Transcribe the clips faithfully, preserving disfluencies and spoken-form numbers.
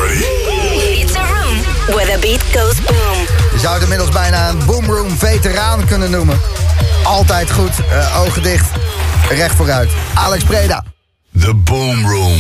ready? It's a room where the beat goes boom. Je zou het inmiddels bijna een boomroom veteraan kunnen noemen. Altijd goed, uh, ogen dicht, recht vooruit. Alex Preda. The Boom Room.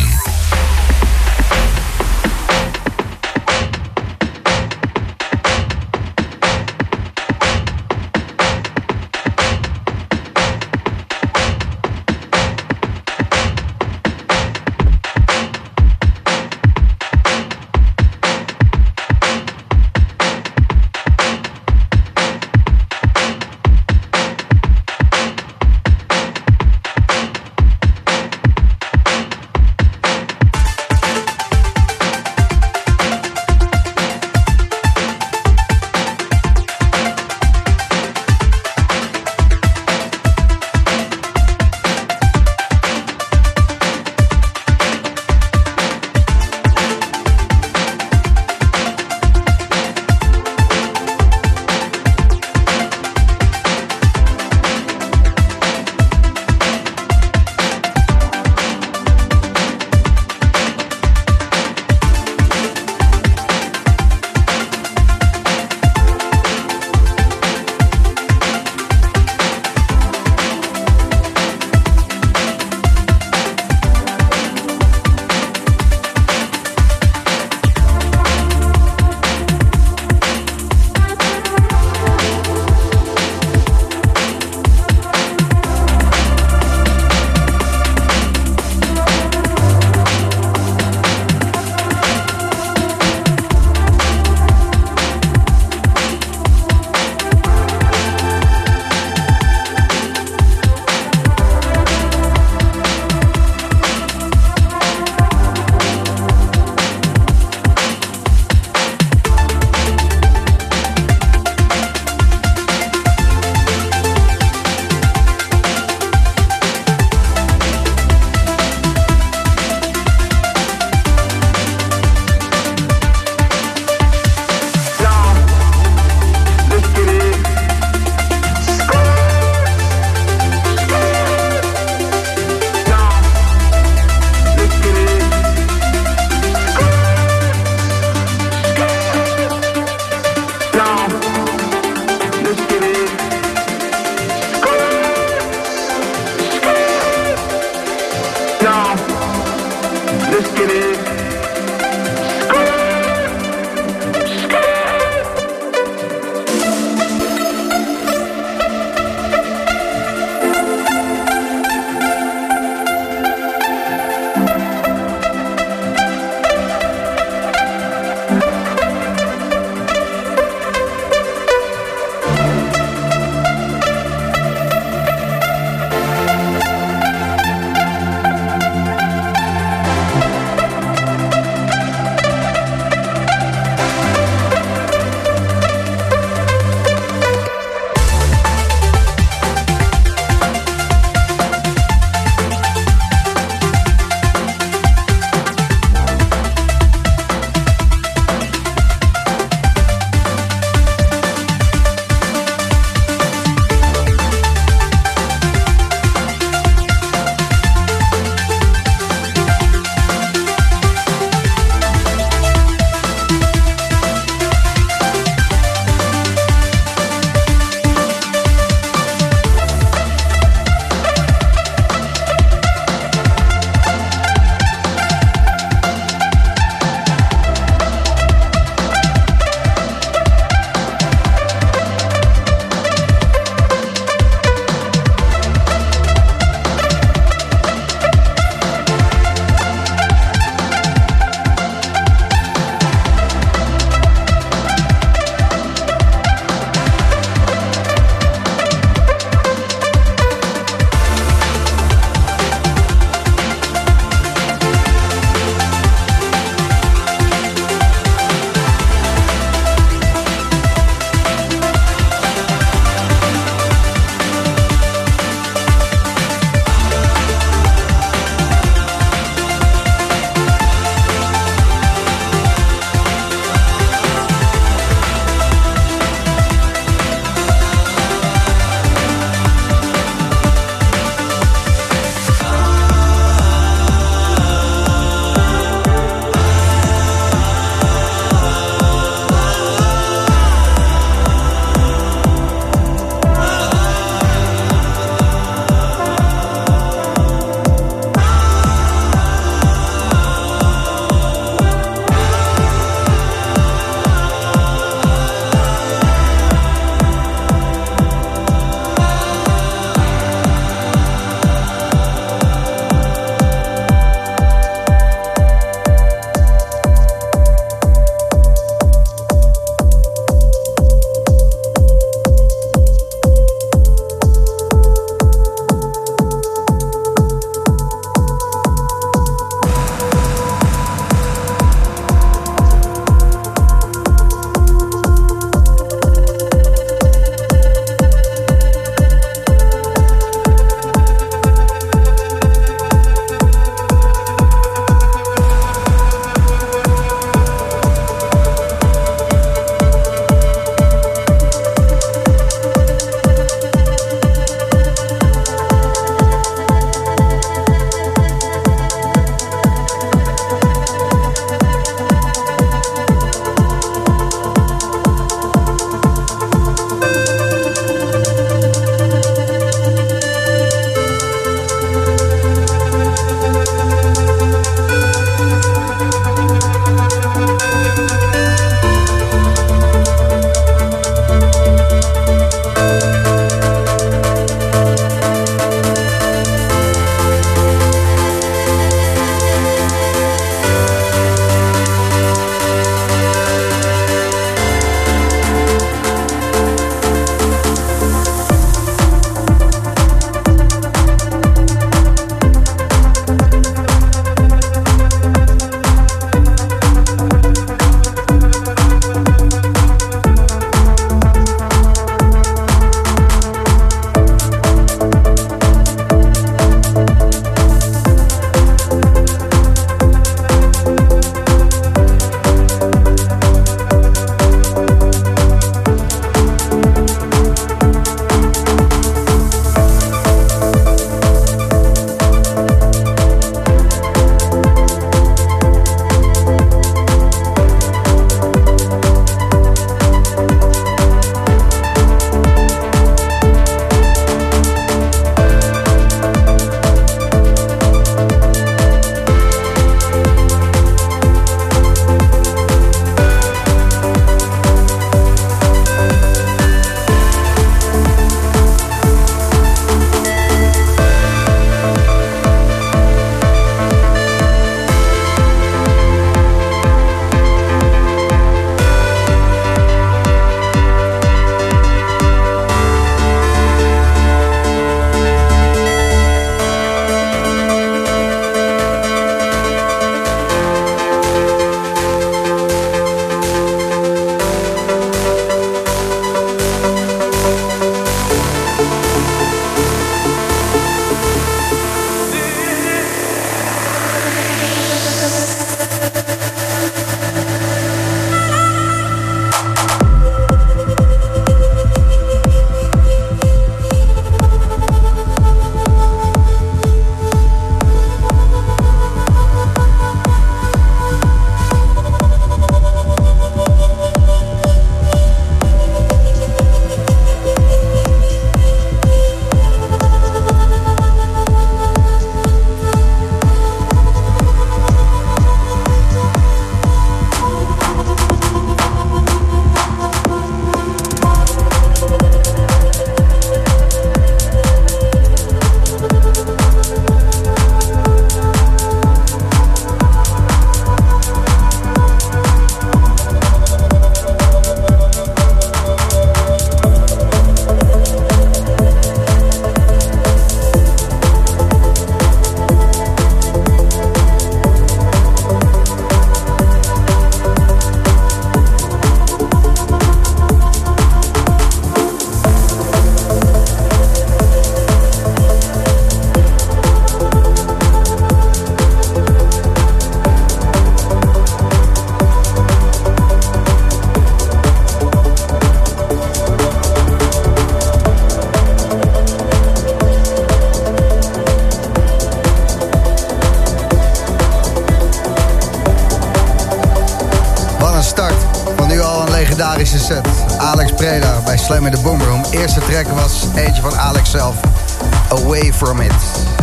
set. Alex Preda bij Slam in the Boom Room. Eerste track was eentje van Alex zelf. Away From It.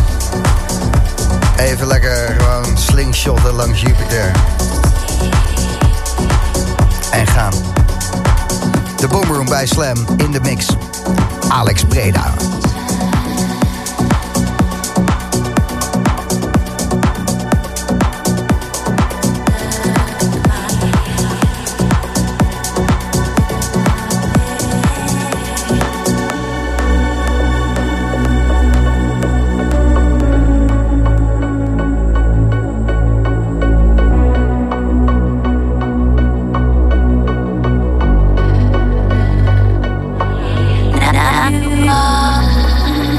Even lekker gewoon slingshotten langs Jupiter. En gaan. De Boom Room bij Slam in de mix. Alex Preda. Now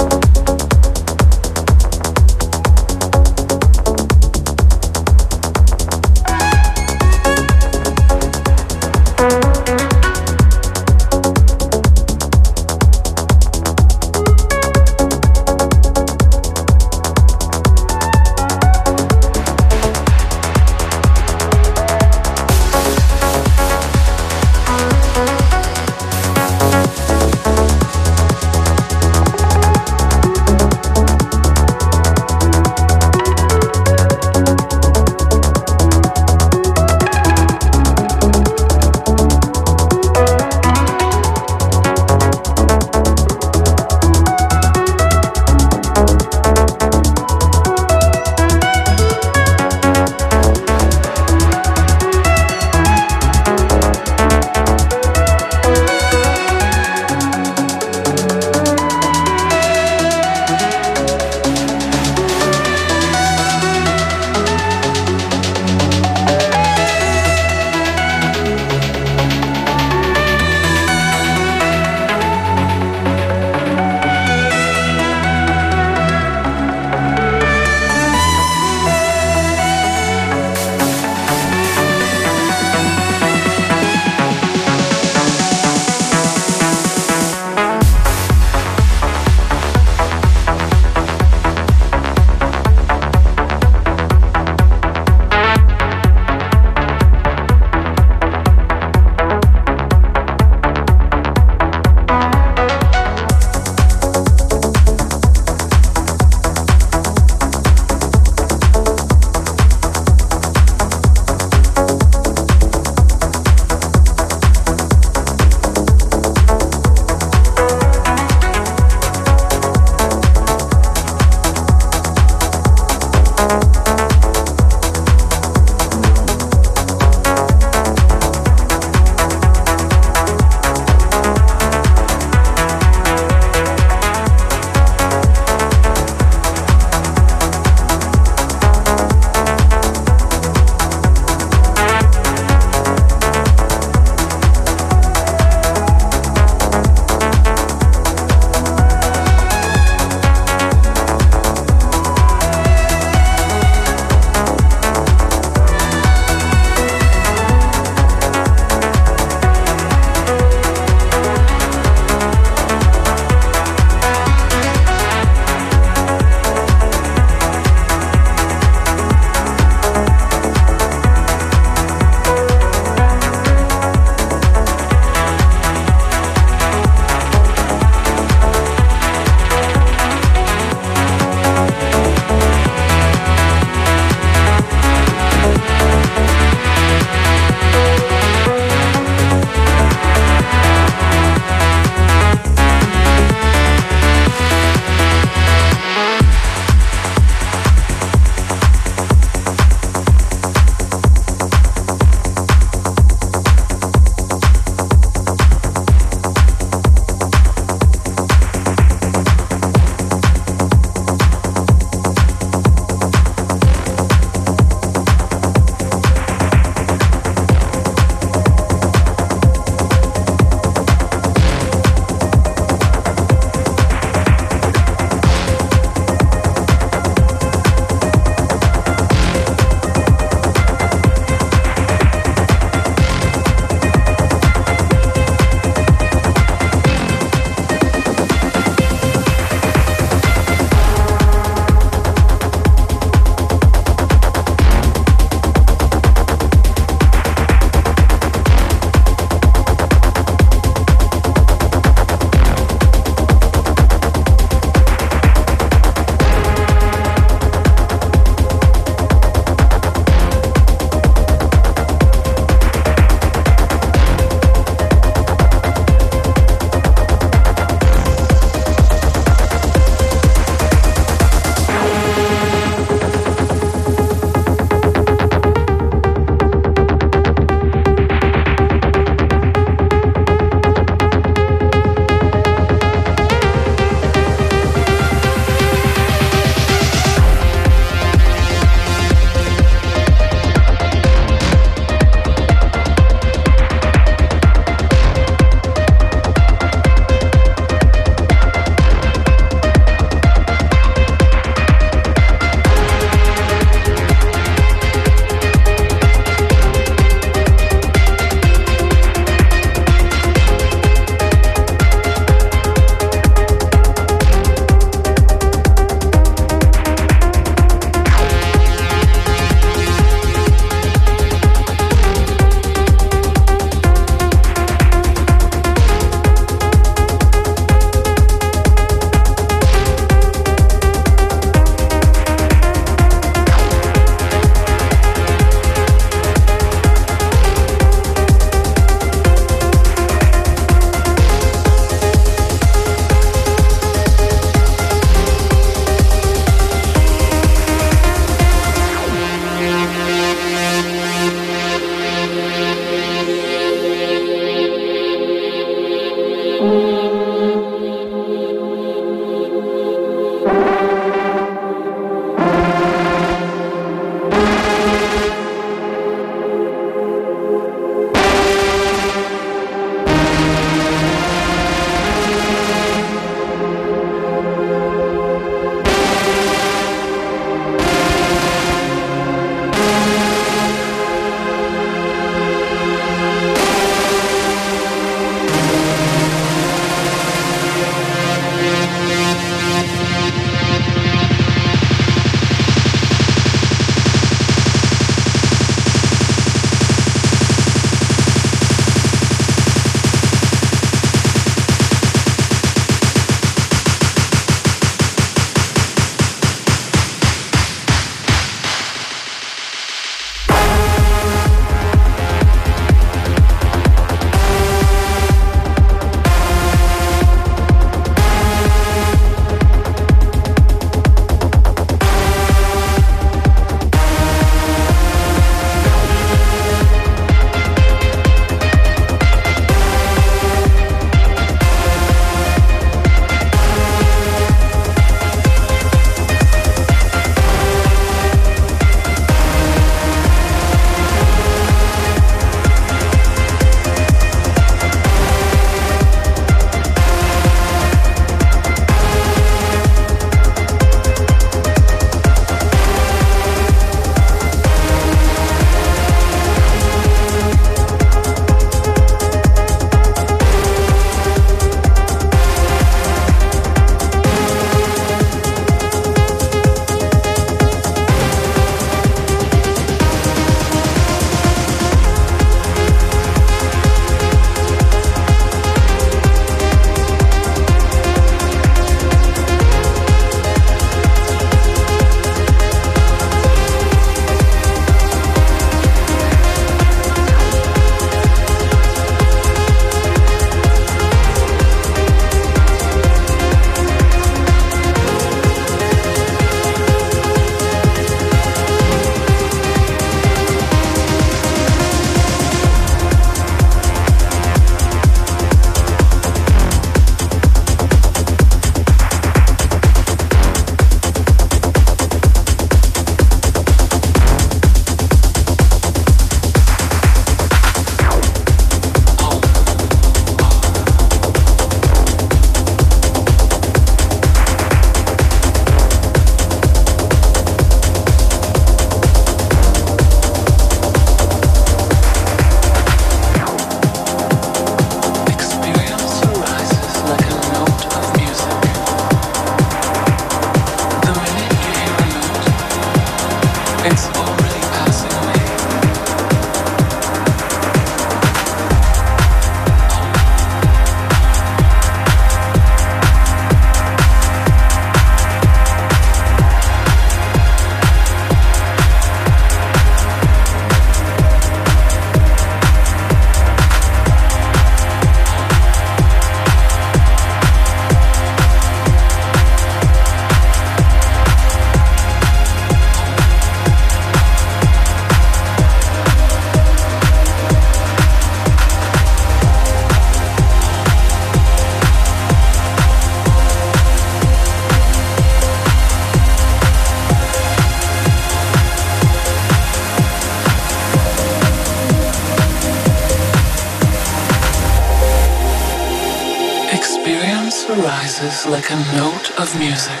arises like a note of music.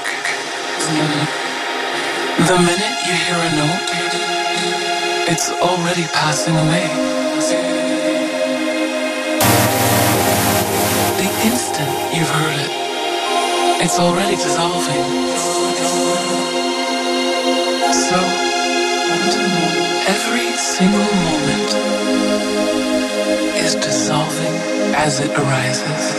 The minute you hear a note, it's already passing away. The instant you've heard it, it's already dissolving. So, every single moment is dissolving as it arises.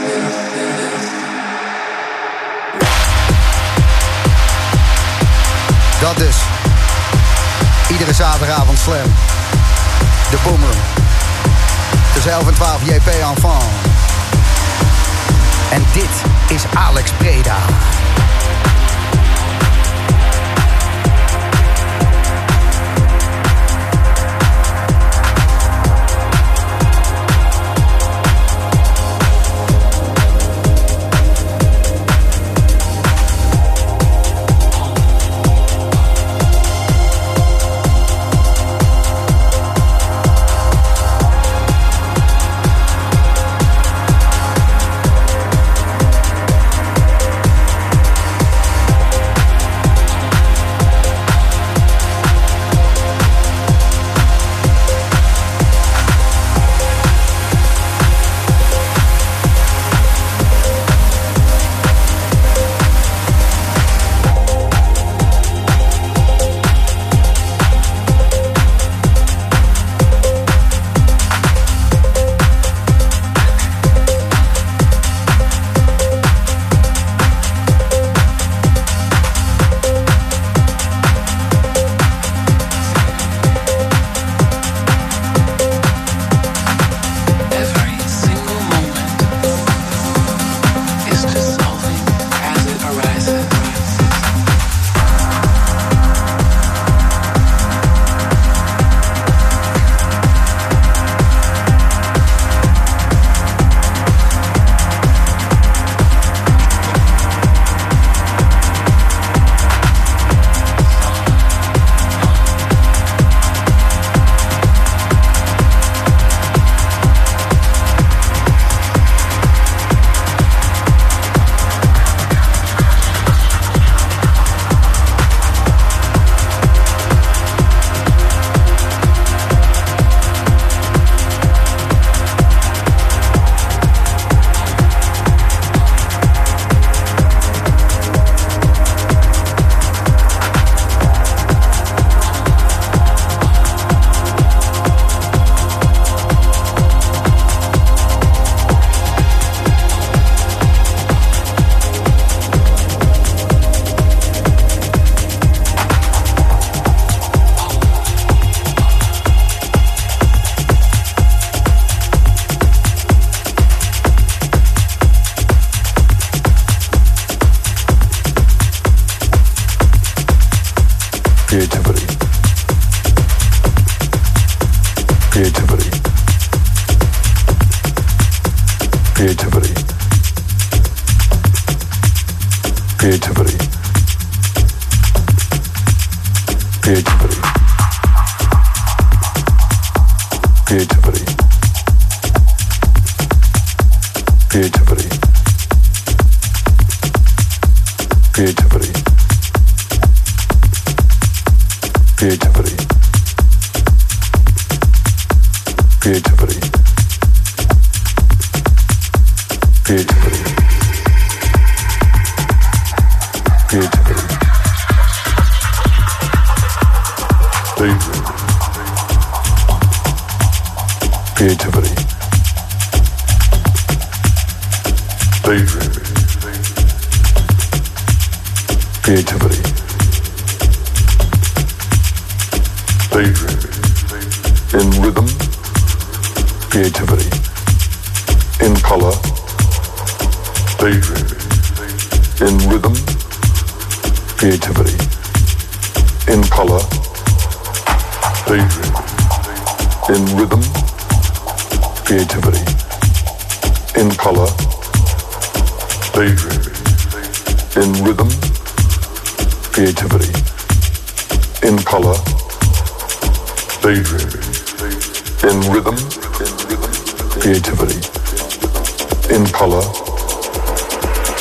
Dat dus. Iedere zaterdagavond Slam. De Boom Room. Tussen elf en twaalf J P Enfant. En dit is Alex Preda.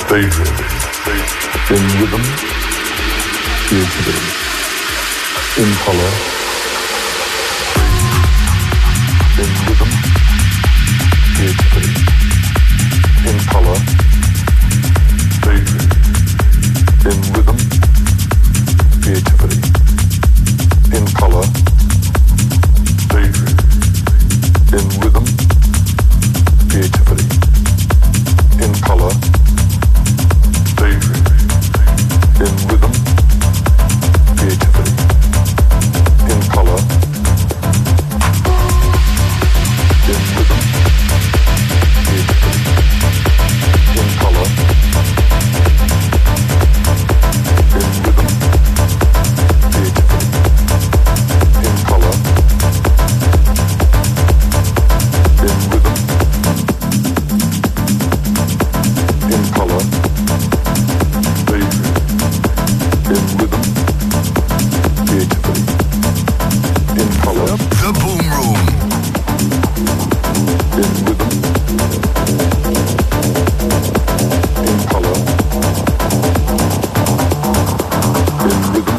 Stay ready. In rhythm, creativity. In color. In rhythm, creativity. In color. Stay ready. In rhythm, creativity. In color. Stay ready. In rhythm, creativity. In color. Stay ready. In rhythm, creativity. In color. In rhythm, creativity. In color. In rhythm, creativity. In color. In rhythm, in color. Stay ready. In rhythm, creativity. In color. The Boom Room. In rhythm, in color. In rhythm,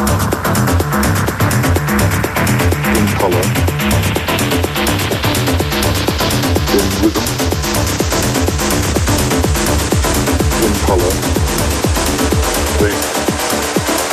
in color. In rhythm, in color. Stay.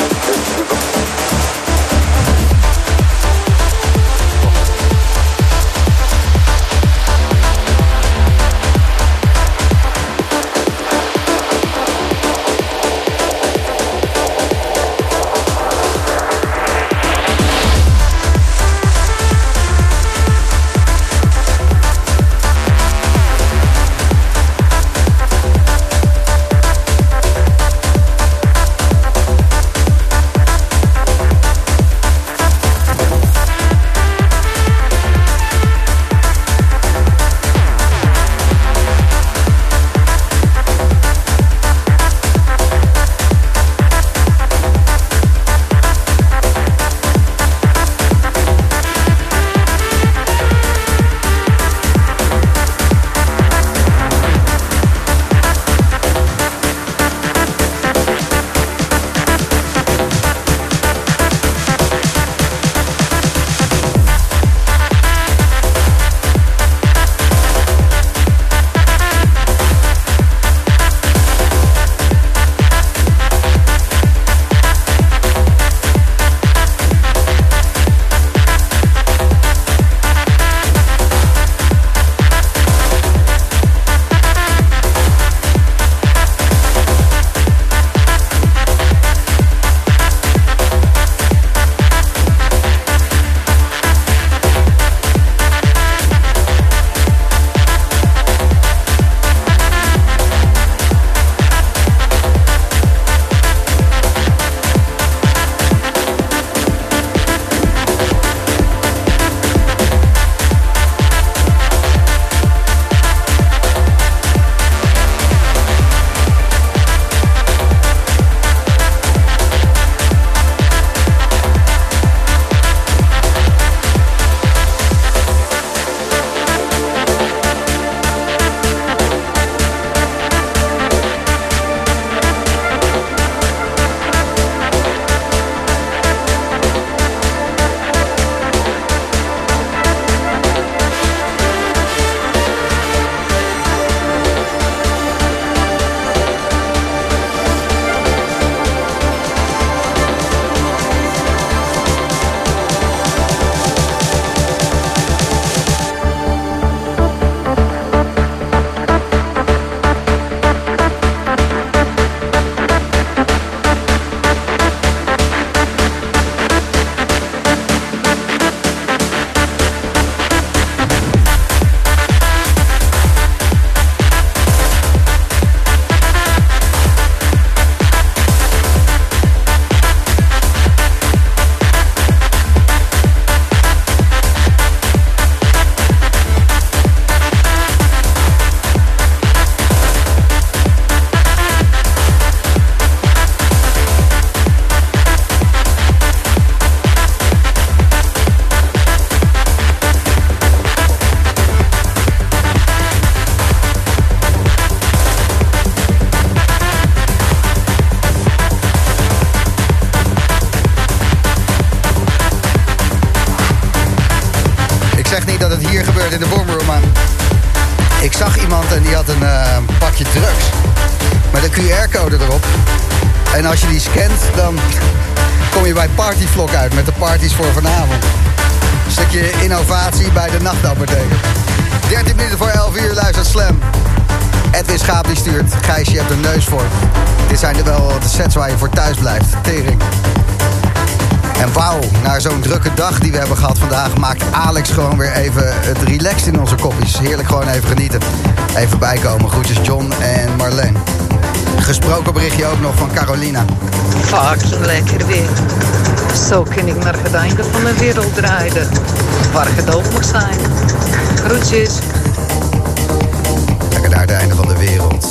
Ik zag iemand en die had een uh, pakje drugs met een Q R-code erop. En als je die scant, dan kom je bij Partyvlog uit met de parties voor vanavond. Een stukje innovatie bij de nachtapotheker. dertien minuten voor elf uur, luistert Slam. Edwin Schaap die stuurt. Gijs, je hebt een neus voor. Dit zijn er wel de sets waar je voor thuis blijft. Tering. En wauw, na zo'n drukke dag die we hebben gehad vandaag... maakt Alex gewoon weer even het relaxed in onze kopjes. Heerlijk gewoon even genieten. Even bijkomen. Groetjes John en Marleen. Gesproken berichtje ook nog van Carolina. Fucking lekker weer. Zo kan ik naar het einde van de wereld rijden. Waar het ook mag zijn. Groetjes. Lekker naar het einde van de wereld.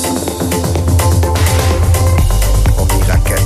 Op die raket.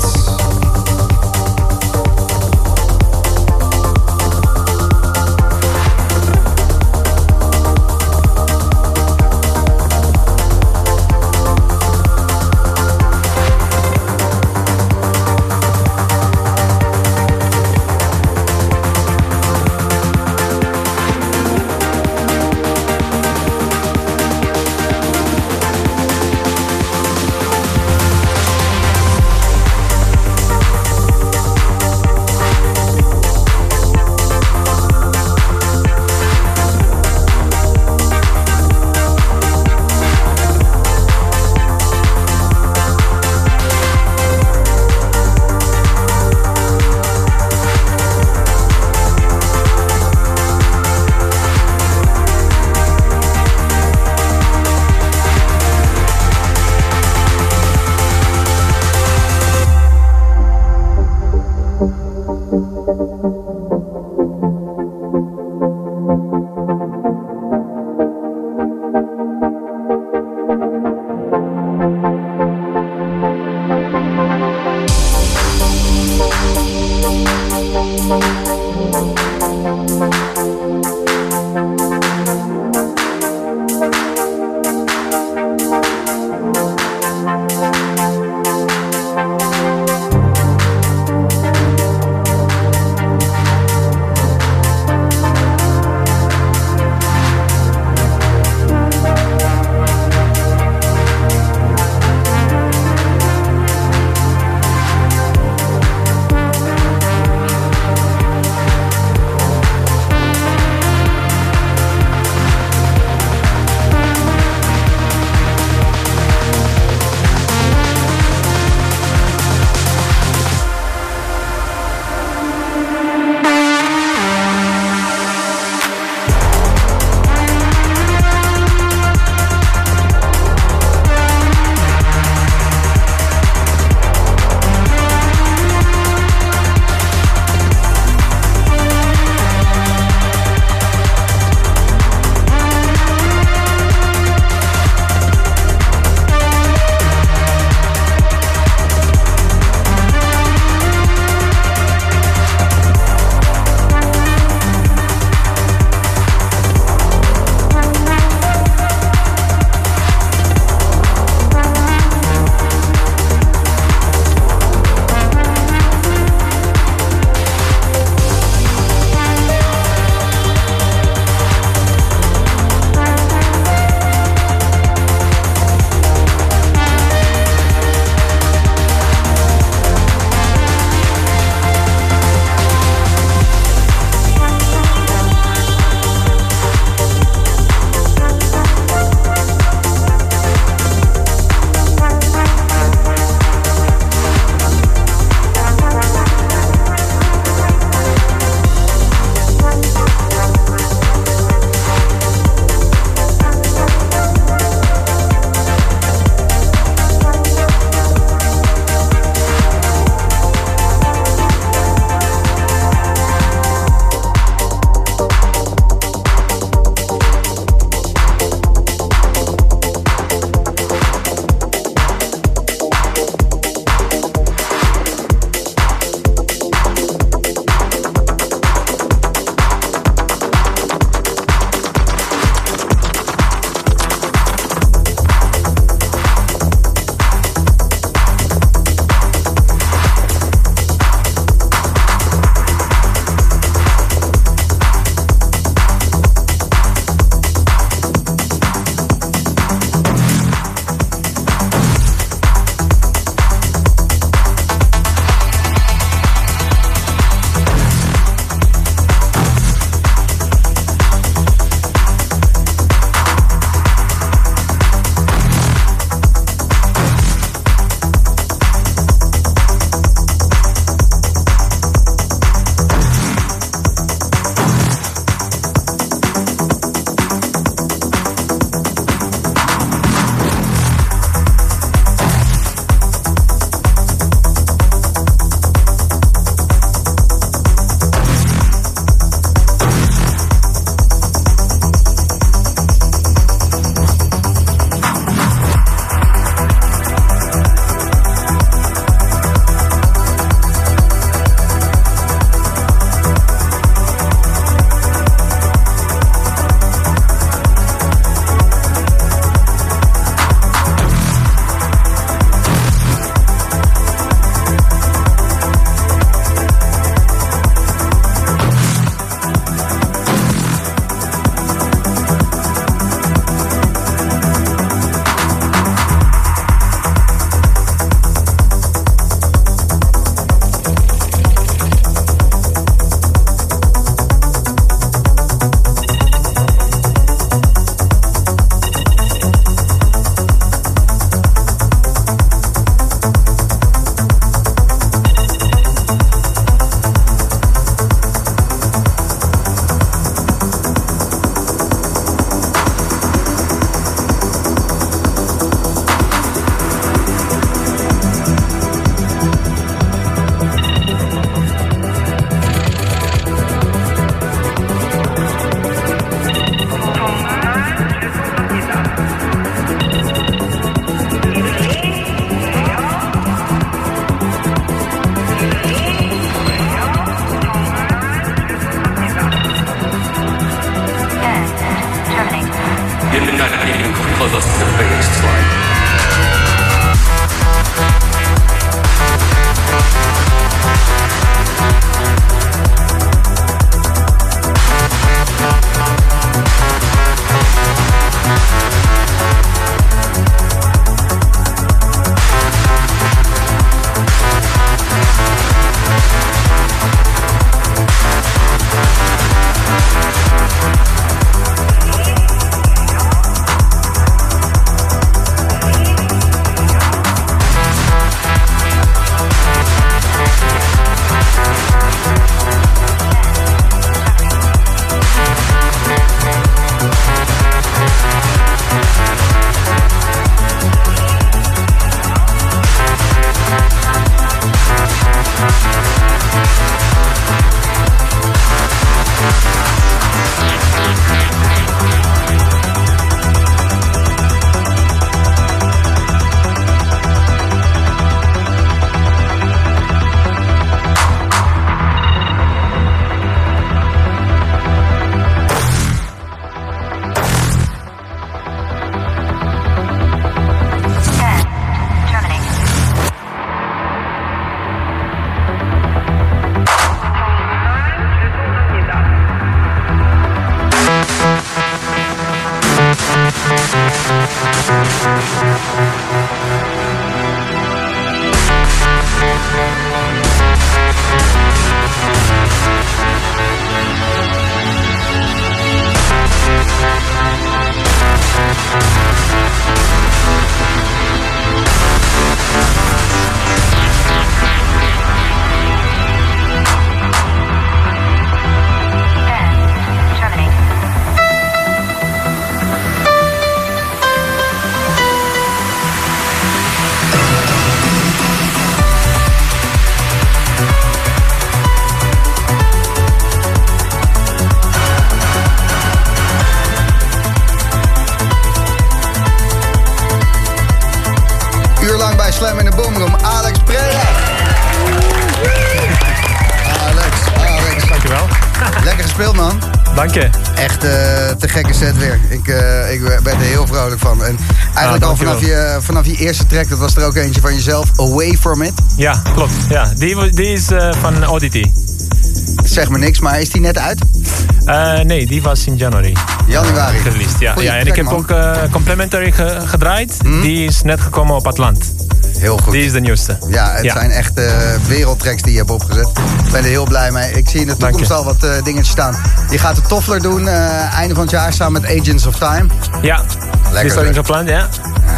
veel, man. Dank je. Echt uh, te gekke set weer. Ik, uh, ik ben er heel vrolijk van. En eigenlijk ah, al vanaf je, vanaf je eerste track, dat was er ook eentje van jezelf, Away From It. Ja, klopt. Ja, die, die is uh, van Oddity. Zeg me niks, maar is die net uit? Uh, nee, die was in januari. Januari. Uh, gereleased, ja. ja. En track, ik heb man. ook uh, Complementary ge gedraaid. Mm. Die is net gekomen op Atlant. Heel goed. Die is de nieuwste. Ja, het ja. zijn echt uh, wereldtracks die je hebt opgezet. Ik ben er heel blij mee. Ik zie in de toekomst al wat uh, dingetjes staan. Je gaat de Toffler doen, uh, einde van het jaar, samen met Agents of Time. Ja, lekker, die is al ingepland, ja.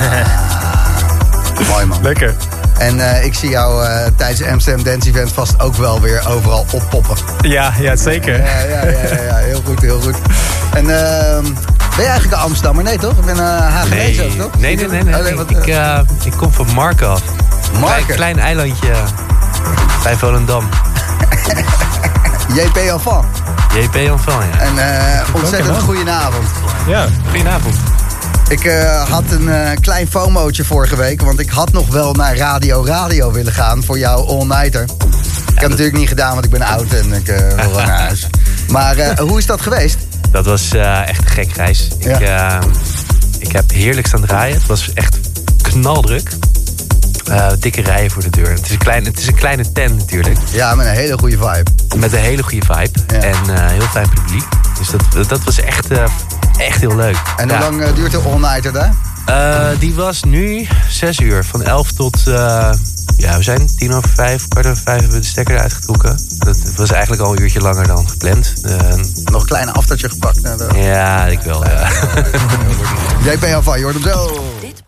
Ah, mooi man. Lekker. En uh, ik zie jou uh, tijdens de Amsterdam Dance Event vast ook wel weer overal oppoppen. Ja, ja zeker. Ja, ja, ja, ja, ja, heel goed, heel goed. En uh, ben je eigenlijk een Amsterdammer? Nee, toch? Ik ben uh, Hagenees nee. ook, toch? Nee, nee, nee. nee. Oh, nee wat, ik, uh, ik kom van Marken af. Marken? Een klein eilandje bij Volendam. J P Enfant. J P Enfant, ja. En uh, ontzettend goedenavond. Ja, goedenavond. Ik uh, had een uh, klein FOMO'tje vorige week, want ik had nog wel naar Radio Radio willen gaan voor jouw all-nighter. Ik heb het dat... natuurlijk niet gedaan, want ik ben oud en ik uh, wil wel naar huis. Maar uh, hoe is dat geweest? Dat was uh, echt een gek reis. Ik, ja. uh, ik heb heerlijk staan draaien. Het was echt knaldruk. Uh, dikke rijen voor de deur. Het is, een klein, het is een kleine tent natuurlijk. Ja, met een hele goede vibe. Met een hele goede vibe. Ja. En uh, heel fijn publiek. Dus dat, dat was echt, uh, echt heel leuk. En ja. hoe lang uh, duurt de all-nighter daar? Uh, die was nu zes uur. Van elf tot... Uh, ja, we zijn tien over vijf, kwart over vijf hebben we de stekker eruit getrokken. Dat was eigenlijk al een uurtje langer dan gepland. Uh, Nog een klein afstandje gepakt. Naar de... Ja, ik wel. Ja. J P Alfa, je hoort hem zo.